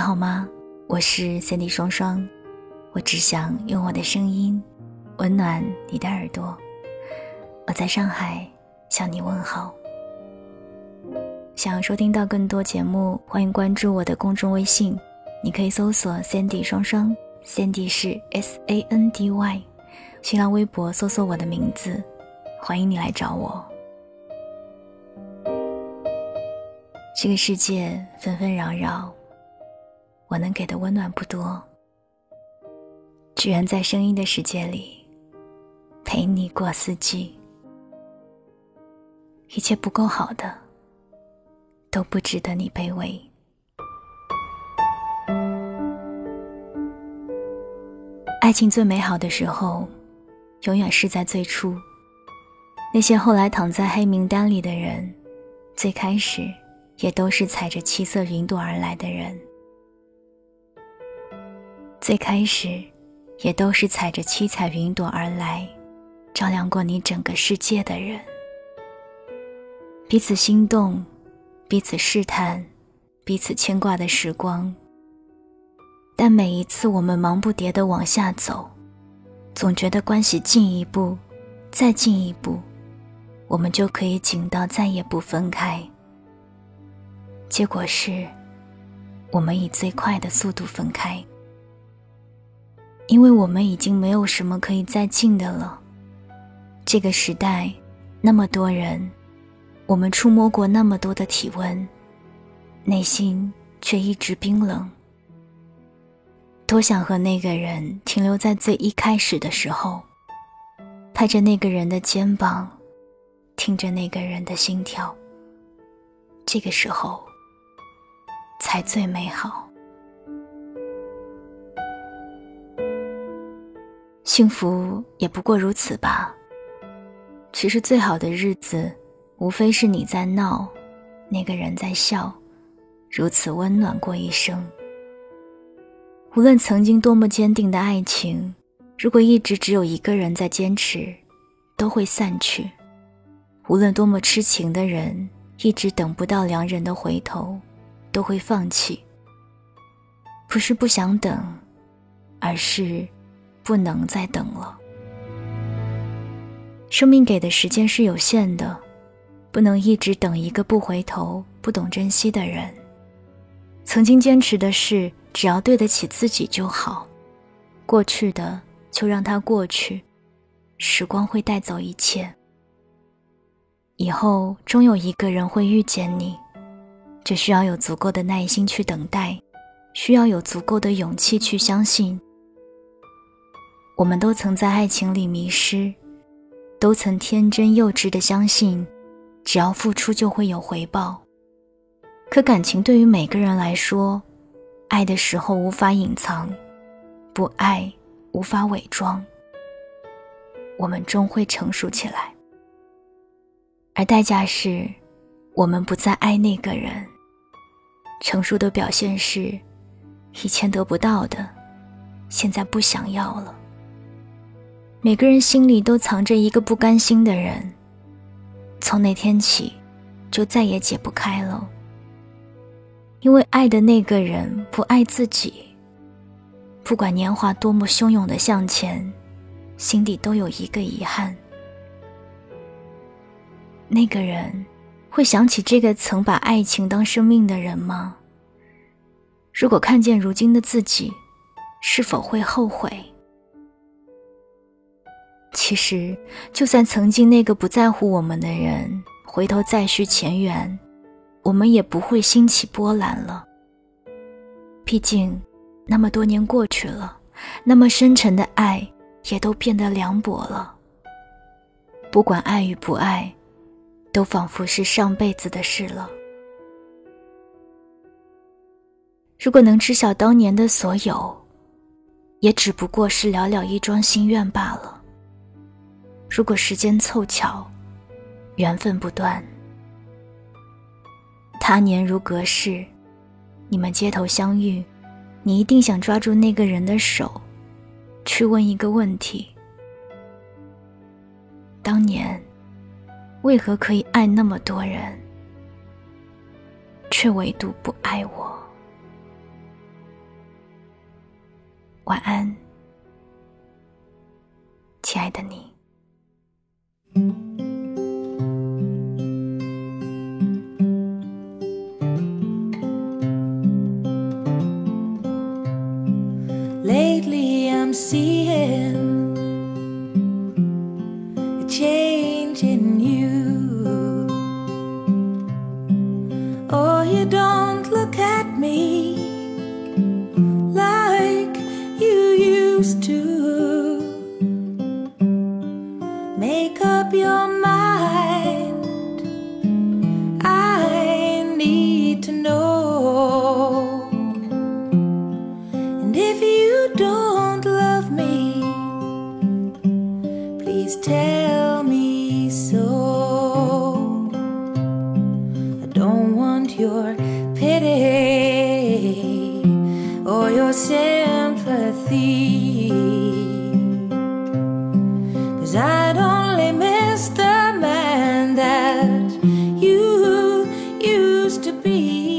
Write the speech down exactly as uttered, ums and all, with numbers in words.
好吗？我是 Sandy 双双，我只想用我的声音温暖你的耳朵。我在上海向你问好。想收听到更多节目，欢迎关注我的公众微信，你可以搜索 Sandy 双双， Sandy 是 S A N D Y， 新浪微博搜索我的名字，欢迎你来找我。这个世界纷纷扰扰，我能给的温暖不多，只愿在声音的世界里陪你过四季。一切不够好的都不值得你卑微。爱情最美好的时候永远是在最初，那些后来躺在黑名单里的人，最开始也都是踩着七色云朵而来的人，最开始也都是踩着七彩云朵而来，照亮过你整个世界的人。彼此心动，彼此试探，彼此牵挂的时光，但每一次我们忙不迭地往下走，总觉得关系进一步，再进一步，我们就可以紧到再也不分开。结果是，我们以最快的速度分开，因为我们已经没有什么可以再近的了。这个时代，那么多人，我们触摸过那么多的体温，内心却一直冰冷。多想和那个人停留在最一开始的时候，拍着那个人的肩膀，听着那个人的心跳，这个时候才最美好。幸福也不过如此吧。其实最好的日子无非是你在闹，那个人在笑，如此温暖过一生。无论曾经多么坚定的爱情，如果一直只有一个人在坚持，都会散去。无论多么痴情的人，一直等不到良人的回头，都会放弃。不是不想等，而是不能再等了。生命给的时间是有限的，不能一直等一个不回头、不懂珍惜的人。曾经坚持的事，只要对得起自己就好，过去的就让它过去，时光会带走一切。以后终有一个人会遇见你，只需要有足够的耐心去等待，需要有足够的勇气去相信。我们都曾在爱情里迷失，都曾天真幼稚地相信，只要付出就会有回报。可感情对于每个人来说，爱的时候无法隐藏，不爱无法伪装，我们终会成熟起来。而代价是，我们不再爱那个人。成熟的表现是，以前得不到的，现在不想要了。每个人心里都藏着一个不甘心的人，从那天起，就再也解不开了。因为爱的那个人不爱自己，不管年华多么汹涌地向前，心底都有一个遗憾。那个人会想起这个曾把爱情当生命的人吗？如果看见如今的自己，是否会后悔？其实，就算曾经那个不在乎我们的人回头再续前缘，我们也不会兴起波澜了。毕竟，那么多年过去了，那么深沉的爱也都变得凉薄了。不管爱与不爱，都仿佛是上辈子的事了。如果能知晓当年的所有，也只不过是寥寥一桩心愿罢了。如果时间凑巧，缘分不断，他年如隔世，你们街头相遇，你一定想抓住那个人的手，去问一个问题：当年为何可以爱那么多人，却唯独不爱我？ 晚安，亲爱的你。 Lately I'm seeing a change in you. Oh, you don't look at me like you used to. Make up your mind, I need to know. And if you don't love me, please tell me so. I don't want your pity or your sympathy, 'cause I'd only miss the man that you used to be.